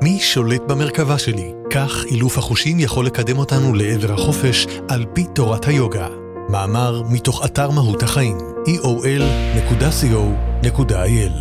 מי שולט במרכבה שלי? כך אילוף החושים יכול לקדם אותנו לעבר החופש על פי תורת היוגה. מאמר מתוך אתר מהות החיים, eol.co.il.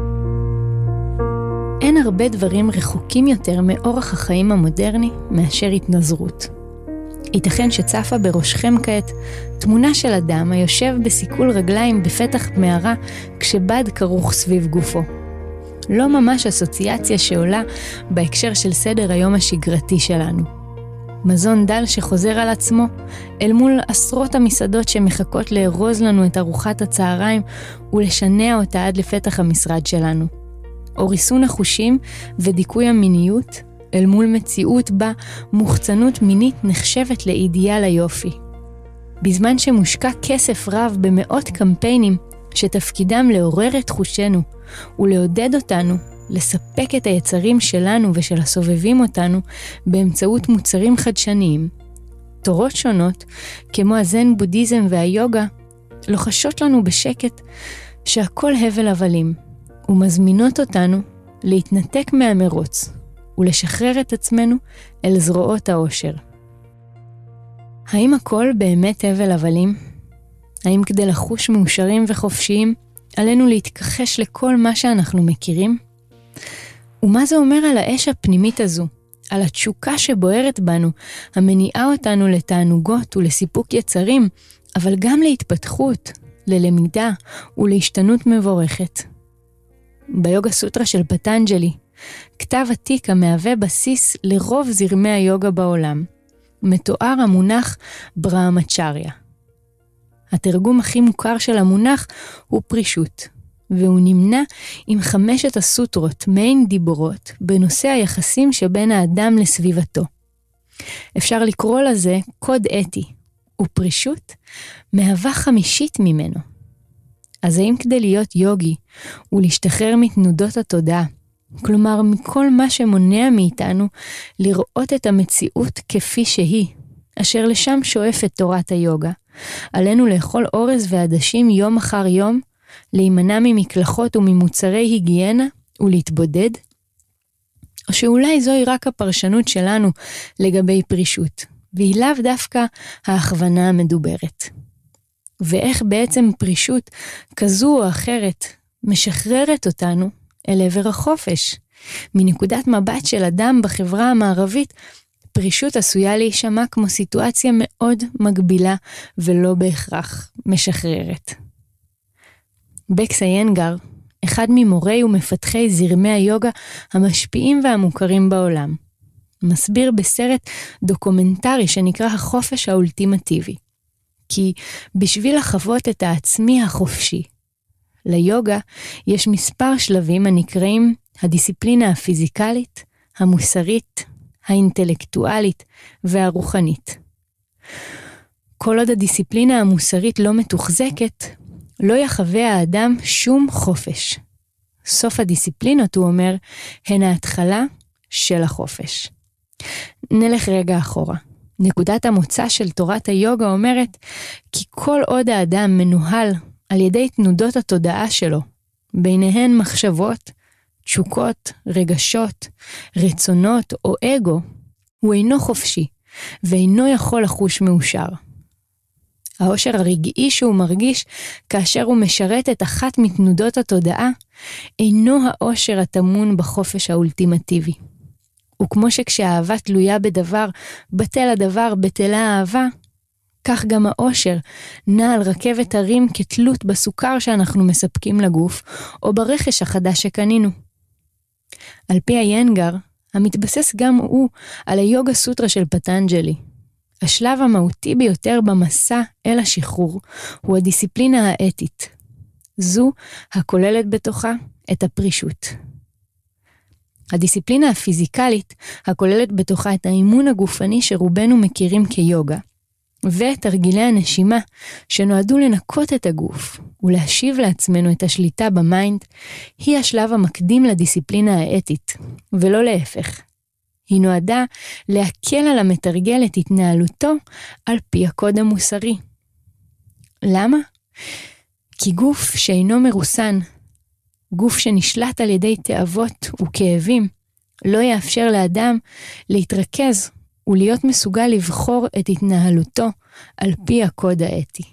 אין הרבה דברים רחוקים יותר מאורח החיים המודרני מאשר התנזרות. ייתכן שצפה בראשכם כעת תמונה של אדם היושב בסיכול רגליים בפתח מערה כשבד כרוך סביב גופו. לא ממש אסוציאציה שעולה בהקשר של סדר היום השגרתי שלנו. מזון דל שחוזר על עצמו אל מול עשרות המסעדות שמחכות לארוז לנו את ארוחת הצהריים ולשנע אותה עד לפתח המשרד שלנו. או ריסון החושים ודיכוי המיניות אל מול מציאות בה מוחצנות מינית נחשבת לאידיאל היופי. בזמן שמושקע כסף רב במאות קמפיינים שתפקידם לעורר את חושנו ולעודד אותנו לספק את היצרים שלנו ושל הסובבים אותנו באמצעות מוצרים חדשניים, תורות שונות כמו הזן בודהיזם והיוגה לוחשות לנו בשקט שהכל הבל הבלים ומזמינות אותנו להתנתק מהמרוץ ולשחרר את עצמנו אל זרועות האושר. האם הכל באמת הבל הבלים? האם כדי לחוש מאושרים וחופשיים עלינו להתכחש לכל מה שאנחנו מכירים? ומה זה אומר על האש הפנימית הזו, על התשוקה שבוערת בנו, המניעה אותנו לתענוגות ולסיפוק יצרים, אבל גם להתפתחות, ללמידה ולהשתנות מבורכת? ביוגה סוטרה של פטנג'לי, כתב עתיק המהווה בסיס לרוב זרמי היוגה בעולם, מתואר המונח ברהמצ'ריה. התרגום הכי מוכר של המונח הוא פרישות, והוא נמנה עם 5 הסוטרות, מעין דיבורות, בנושא היחסים שבין האדם לסביבתו. אפשר לקרוא לזה קוד אתי, ופרישות מהווה 5 ממנו. אז האם כדי להיות יוגי ולהשתחרר מתנודות התודעה, כלומר מכל מה שמונע מאיתנו לראות את המציאות כפי שהיא, אשר לשם שואפת תורת היוגה, עלינו לאכול אורז ועדשים יום אחר יום, להימנע ממקלחות וממוצרי היגיינה ולהתבודד? או שאולי זוהי רק הפרשנות שלנו לגבי פרישות, והיא לאו דווקא ההכוונה המדוברת. ואיך בעצם פרישות כזו או אחרת משחררת אותנו אל עבר החופש? מנקודת מבט של אדם בחברה המערבית, פרישות עשויה להישמע כמו סיטואציה מאוד מגבילה ולא בהכרח משחררת. בקס איינגר, אחד ממורי ומפתחי זרמי היוגה המשפיעים והמוכרים בעולם, מסביר בסרט דוקומנטרי שנקרא החופש האולטימטיבי, כי בשביל לחוות את העצמי החופשי, ליוגה יש מספר שלבים הנקראים הדיסציפלינה הפיזיקלית, המוסרית, האינטלקטואלית והרוחנית. כל עוד הדיסציפלינה המוסרית לא מתוחזקת, לא יחווה האדם שום חופש. סוף הדיסציפלינות, הוא אומר, הן ההתחלה של החופש. נלך רגע אחורה. נקודת המוצא של תורת היוגה אומרת כי כל עוד האדם מנוהל על ידי תנודות התודעה שלו, ביניהן מחשבות, תשוקות, רגשות, רצונות או אגו, הוא אינו חופשי ואינו יכול לחוש מאושר. האושר הרגעי שהוא מרגיש כאשר הוא משרת את אחת מתנודות התודעה, אינו האושר הטמון בחופש האולטימטיבי. וכמו שכשהאהבה תלויה בדבר, בטל הדבר, בטלה האהבה, כך גם האושר נע על רכבת הרים כתלות בסוכר שאנחנו מספקים לגוף, או ברכש החדש שקנינו. על פי איינגר, המתבסס גם הוא על היוגה סוטרה של פטנג'לי. השלב המהותי ביותר במסע אל השחרור הוא הדיסציפלינה האתית. זו הכוללת בתוכה את הפרישות. הדיסציפלינה הפיזיקלית הכוללת בתוכה את האימון הגופני שרובנו מכירים כיוגה, ואת תרגילי הנשימה שנועדו לנקות את הגוף ולהשיב לעצמנו את השליטה במיינד, היא השלב המקדים לדיסציפלינה האתית, ולא להפך. היא נועדה להקל על המתרגל את התנהלותו על פי הקוד המוסרי. למה? כי גוף שאינו מרוסן, גוף שנשלט על ידי תאוות וכאבים, לא יאפשר לאדם להתרכז ולהיות מסוגל לבחור את התנהלותו על פי הקוד האתי.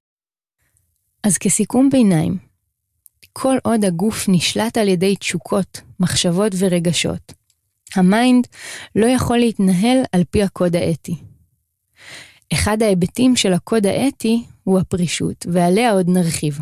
אז כסיכום ביניים, כל עוד הגוף נשלט על ידי תשוקות, מחשבות ורגשות, המיינד לא יכול להתנהל על פי הקוד האתי. אחד ההיבטים של הקוד האתי הוא הפרישות, ועליה עוד נרחיב.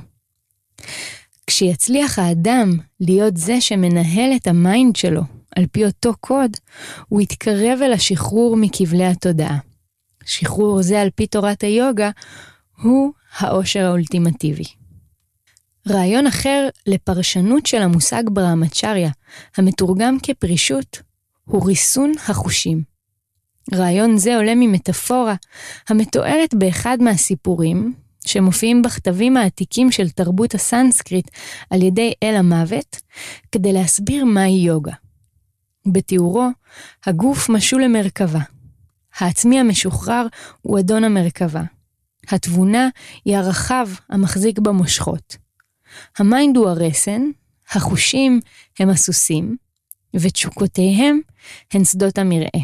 כשיצליח האדם להיות זה שמנהל את המיינד שלו על פי אותו קוד, הוא יתקרב אל השחרור מכבלי התודעה. שחרור זה על פי תורת היוגה הוא האושר האולטימטיבי. רעיון אחר לפרשנות של המושג ברהמצ'ריה, המתורגם כפרישות, הוא ריסון החושים. רעיון זה עולה ממטאפורה המתוארת באחד מהסיפורים שמופיעים בכתבים העתיקים של תרבות הסנסקריט על ידי אל המוות, כדי להסביר מהי יוגה. בתיאורו, הגוף משול למרכבה. העצמי המשוחרר הוא אדון המרכבה. התבונה היא הרחב המחזיק במושכות. המיינד הוא הרסן, החושים הם הסוסים, ותשוקותיהם הן שדות המרעה.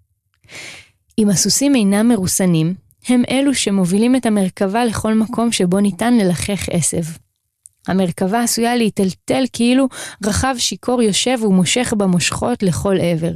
אם הסוסים אינם מרוסנים, הם אלו שמובילים את המרכבה לכל מקום שבו ניתן ללחך עשב. המרכבה עשויה להיטלטל כאילו רחב שיקור יושב ומושך במושכות לכל עבר.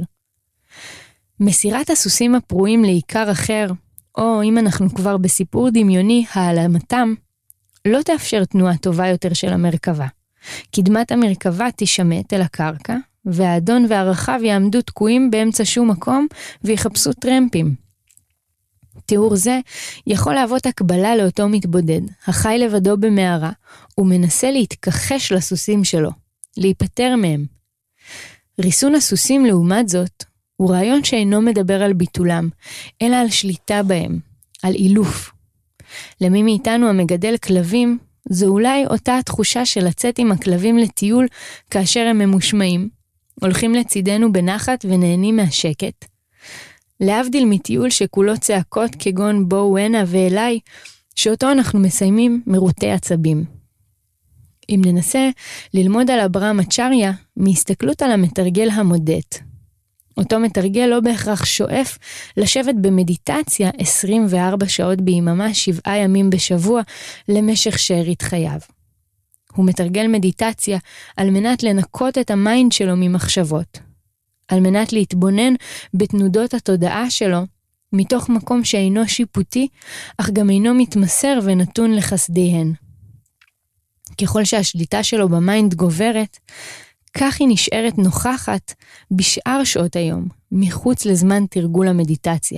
מסירת הסוסים הפרועים לעיקר אחר, או אם אנחנו כבר בסיפור דמיוני, העלמתם, לא תאפשר תנועה טובה יותר של המרכבה. קדמת המרכבה תשמט אל הקרקע, והאדון והרחב יעמדו תקועים באמצע שום מקום ויחפשו טרמפים. תיאור זה יכול להוות הקבלה לאותו מתבודד, החי לבדו במערה, ומנסה להתכחש לסוסים שלו, להיפטר מהם. ריסון הסוסים לעומת זאת, הוא רעיון שאינו מדבר על ביטולם, אלא על שליטה בהם, על אילוף. למי מאיתנו המגדל כלבים, זו אולי אותה התחושה של לצאת עם הכלבים לטיול כאשר הם ממושמעים, הולכים לצידנו בנחת ונהנים מהשקט. להבדיל מטיול שכולו צעקות כגון בואו הנה ואליי, שאותו אנחנו מסיימים מרוטי עצבים. אם ננסה ללמוד על הברהמצ'ריה מהסתכלות על המתרגל המודט. אותו מתרגל לא בהכרח שואף לשבת במדיטציה 24 שעות ביממה, 7 ימים בשבוע למשך שארית חייו. הוא מתרגל מדיטציה על מנת לנקות את המיינד שלו ממחשבות. על מנת להתבונן בתנודות התודעה שלו, מתוך מקום שאינו שיפוטי, אך גם אינו מתמסר ונתון לחסדיהן. ככל שהשליטה שלו במיינד גוברת, כך היא נשארת נוכחת בשאר שעות היום, מחוץ לזמן תרגול המדיטציה.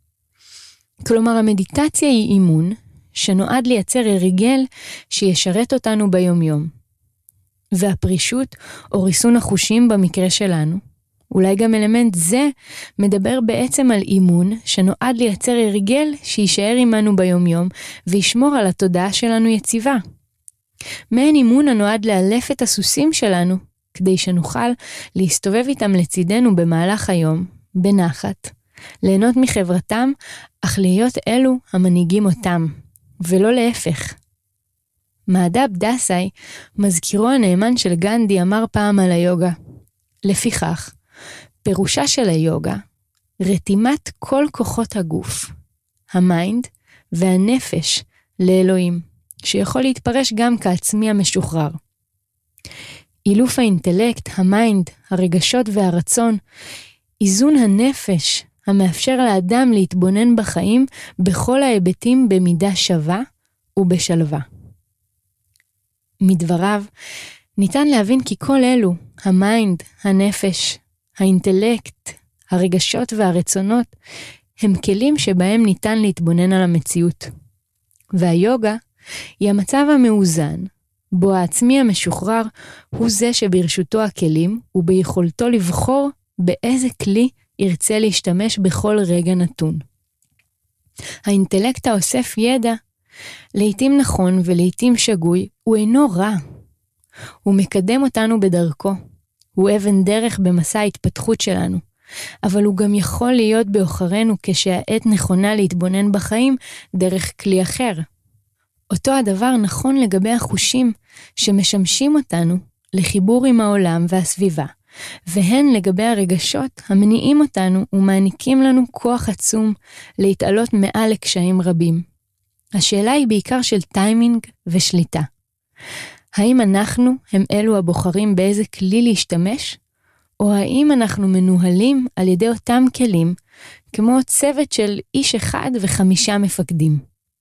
כלומר, המדיטציה היא אימון שנועד לייצר הרגל שישרת אותנו ביומיום. והפרישות או ריסון החושים במקרה שלנו, אולי גם אלמנט זה מדבר בעצם על אימון שנועד לייצר הרגל שישאר עמנו ביומיום וישמור על התודעה שלנו יציבה. מעין אימון הנועד לאלף את הסוסים שלנו כדי שנוכל להסתובב איתם לצידנו במהלך היום, בנחת, ליהנות מחברתם, אך להיות אלו המנהיגים אותם, ולא להפך. מהדאב דסאי, מזכירו הנאמן של גנדי, אמר פעם על היוגה, לפיכך, פירושה של היוגה, רתימת כל כוחות הגוף, המיינד והנפש לאלוהים, שיכול להתפרש גם כעצמי המשוחרר. אילוף האינטלקט, המיינד, הרגשות והרצון, איזון הנפש המאפשר לאדם להתבונן בחיים בכל ההיבטים במידה שווה ובשלווה. מדבריו, ניתן להבין כי כל אלו, המיינד, הנפש, האינטלקט, הרגשות והרצונות, הם כלים שבהם ניתן להתבונן על המציאות. והיוגה היא המצב המאוזן, בו העצמי המשוחרר הוא זה שברשותו הכלים וביכולתו לבחור באיזה כלי ירצה להשתמש בכל רגע נתון. האינטלקט האוסף ידע, לעתים נכון ולעתים שגוי, הוא אינו רע. הוא מקדם אותנו בדרכו. הוא אבן דרך במסע ההתפתחות שלנו. אבל הוא גם יכול להיות באוחרנו כשהעת נכונה להתבונן בחיים דרך כלי אחר. אותו הדבר נכון לגבי החושים שמשמשים אותנו לחיבור עם העולם והסביבה, והן לגבי הרגשות המניעים אותנו ומעניקים לנו כוח עצום להתעלות מעל לקשיים רבים. השאלה היא בעיקר של טיימינג ושליטה. האם אנחנו הם אלו הבוחרים באיזה כלי להשתמש, או האם אנחנו מנוהלים על ידי אותם כלים, כמו צוות של איש אחד ו5 מפקדים?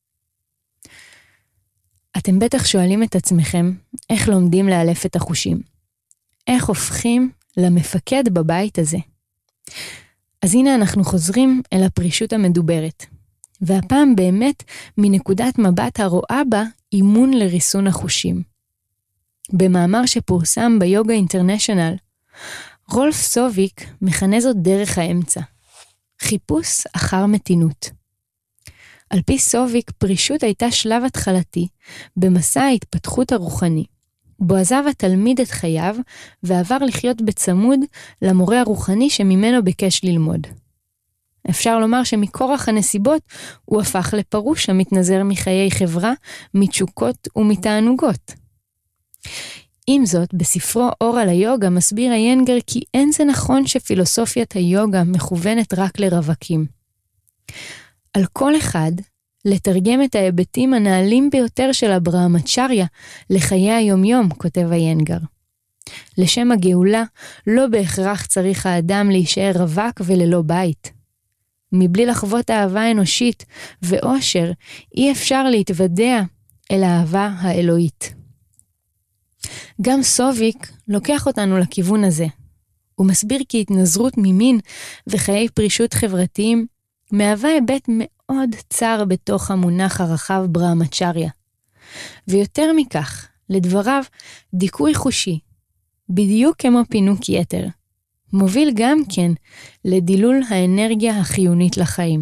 אתם בטח שואלים את עצמכם, איך לומדים לאלף את החושים? איך הופכים למפקד בבית הזה? אז הנה אנחנו חוזרים אל הפרישות המדוברת, והפעם באמת מנקודת מבט הרואה בה אימון לריסון החושים. במאמר שפורסם ביוגה אינטרנשיונל, רולף סוביק מכנה זאת דרך האמצע, חיפוש אחר מתינות. על פי סוביק, פרישות הייתה שלב התחלתי במסע ההתפתחות הרוחני, בו עזב התלמיד את חייו ועבר לחיות בצמוד למורה הרוחני שממנו ביקש ללמוד. אפשר לומר שמכורח הנסיבות הוא הפך לפרוש המתנזר מחיי חברה, מתשוקות ומתענוגות. עם זאת, בספרו אור על היוגה מסביר איינגר כי אין זה נכון שפילוסופיית היוגה מכוונת רק לרווקים. על כל אחד לתרגם את ההיבטים הנעלים ביותר של הברהמצ'ריה לחיי היומיום, כותב איינגר. לשם הגאולה לא בהכרח צריך האדם להישאר רווק וללא בית. מבלי לחוות אהבה אנושית ואושר, אי אפשר להתוודע אל האהבה האלוהית. גם סוביק לוקח אותנו לכיוון הזה. הוא מסביר כי התנזרות ממין וחיי פרישות חברתיים מהווה היבט מאוד צר בתוך המונח הרחב ברהמצ'ריה. ויותר מכך, לדבריו, דיכוי חושי, בדיוק כמו פינוק יתר, מוביל גם כן לדילול האנרגיה החיונית לחיים.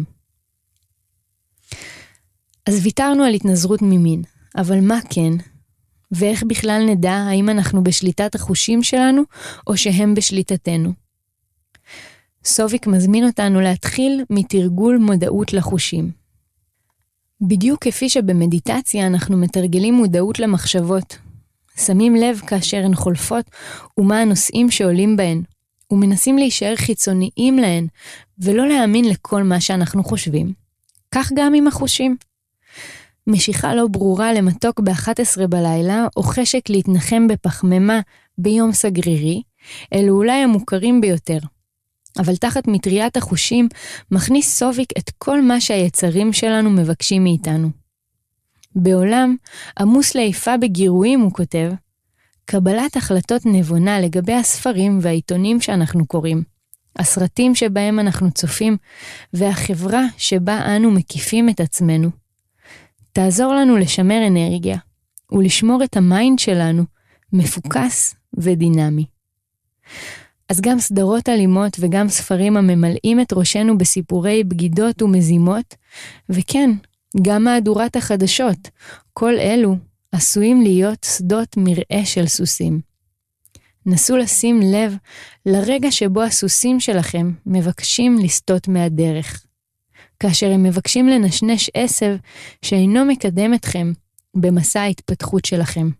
אז ויתרנו על התנזרות ממין, אבל מה כן? ואיך בכלל נדע האם אנחנו בשליטת החושים שלנו או שהם בשליטתנו? סוביק מזמין אותנו להתחיל מתרגול מודעות לחושים. בדיוק כפי שבמדיטציה אנחנו מתרגלים מודעות למחשבות, שמים לב כאשר הן חולפות ומה הנושאים שעולים בהן, ומנסים להישאר חיצוניים להן ולא להאמין לכל מה שאנחנו חושבים. כך גם עם החושים. משיכה לא ברורה למתוק ב-11 בלילה, או חשק להתנחם בפחמימה ביום סגרירי, אלו אולי המוכרים ביותר. אבל תחת מטריית החושים מכניס סוביק את כל מה שהיצרים שלנו מבקשים מאיתנו. בעולם עמוס לעיפה בגירויים, הוא כותב, קבלת החלטות נבונה לגבי הספרים והעיתונים שאנחנו קוראים, הסרטים שבהם אנחנו צופים, והחברה שבה אנו מקיפים את עצמנו. תעזור לנו לשמר אנרגיה, ולשמור את המיינד שלנו מפוקס ודינמי. אז גם סדרות אלימות וגם ספרים הממלאים את ראשנו בסיפורי בגידות ומזימות, וכן, גם מהדורת החדשות, כל אלו עשויים להיות שדות מרעה של סוסים. נסו לשים לב לרגע שבו הסוסים שלכם מבקשים לסטות מהדרך. כאשר הם מבקשים לנשנש עשב שאינו מקדם אתכם במסע ההתפתחות שלכם.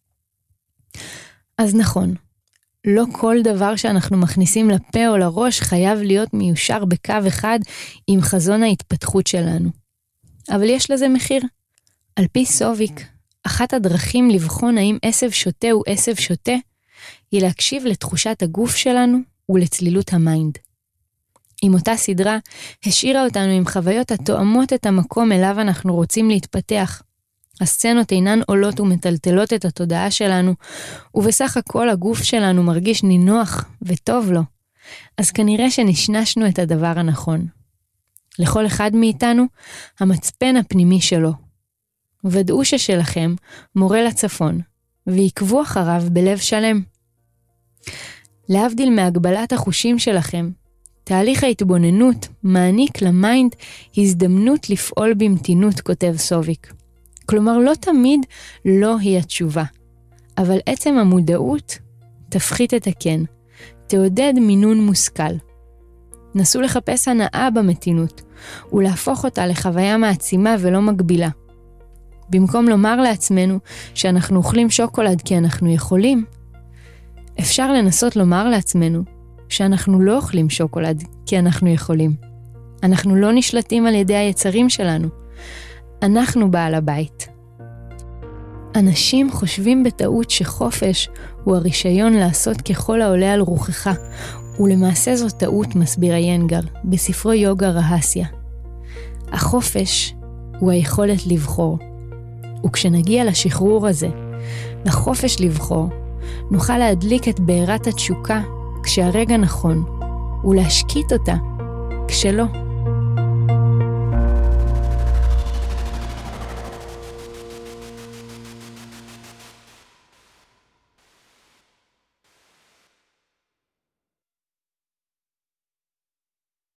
אז נכון, לא כל דבר שאנחנו מכניסים לפה או לראש חייב להיות מיושר בקו אחד עם חזון ההתפתחות שלנו. אבל יש לזה מחיר. על פי סוביק, אחת הדרכים לבחון האם עשב שוטה הוא עשב שוטה, היא להקשיב לתחושת הגוף שלנו ולצלילות המיינד. עם אותה סדרה, השאירה אותנו עם חוויות התואמות את המקום אליו אנחנו רוצים להתפתח. הסצנות אינן עולות ומטלטלות את התודעה שלנו, ובסך הכל הגוף שלנו מרגיש נינוח וטוב לו. אז כנראה שנשנשנו את הדבר הנכון. לכל אחד מאיתנו, המצפן הפנימי שלו. ודאו ששלכם מורה לצפון, ועקבו אחריו בלב שלם. להבדיל מהגבלת החושים שלכם, תהליך ההתבוננות מעניק למיינד הזדמנות לפעול במתינות, כותב סוביק. כלומר, לא תמיד לא היא התשובה, אבל עצם המודעות תפחית את הכן, תעודד מינון מושכל. נסו לחפש הנאה במתינות, ולהפוך אותה לחוויה מעצימה ולא מגבילה. במקום לומר לעצמנו שאנחנו אוכלים שוקולד כי אנחנו יכולים, אפשר לנסות לומר לעצמנו שאנחנו לא אוכלים שוקולד כי אנחנו יכולים. אנחנו לא נשלטים על ידי היצרים שלנו. אנחנו בעל הבית. אנשים חושבים בטעות שחופש הוא הרישיון לעשות ככל העולה על רוחך, ולמעשה זו טעות, מסביר איינגר בספרו יוגה רהסיה. החופש הוא היכולת לבחור. וכשנגיע לשחרור הזה, לחופש לבחור, נוכל להדליק את בעירת התשוקה כשהרגע נכון, ולהשקיט אותה כשלא.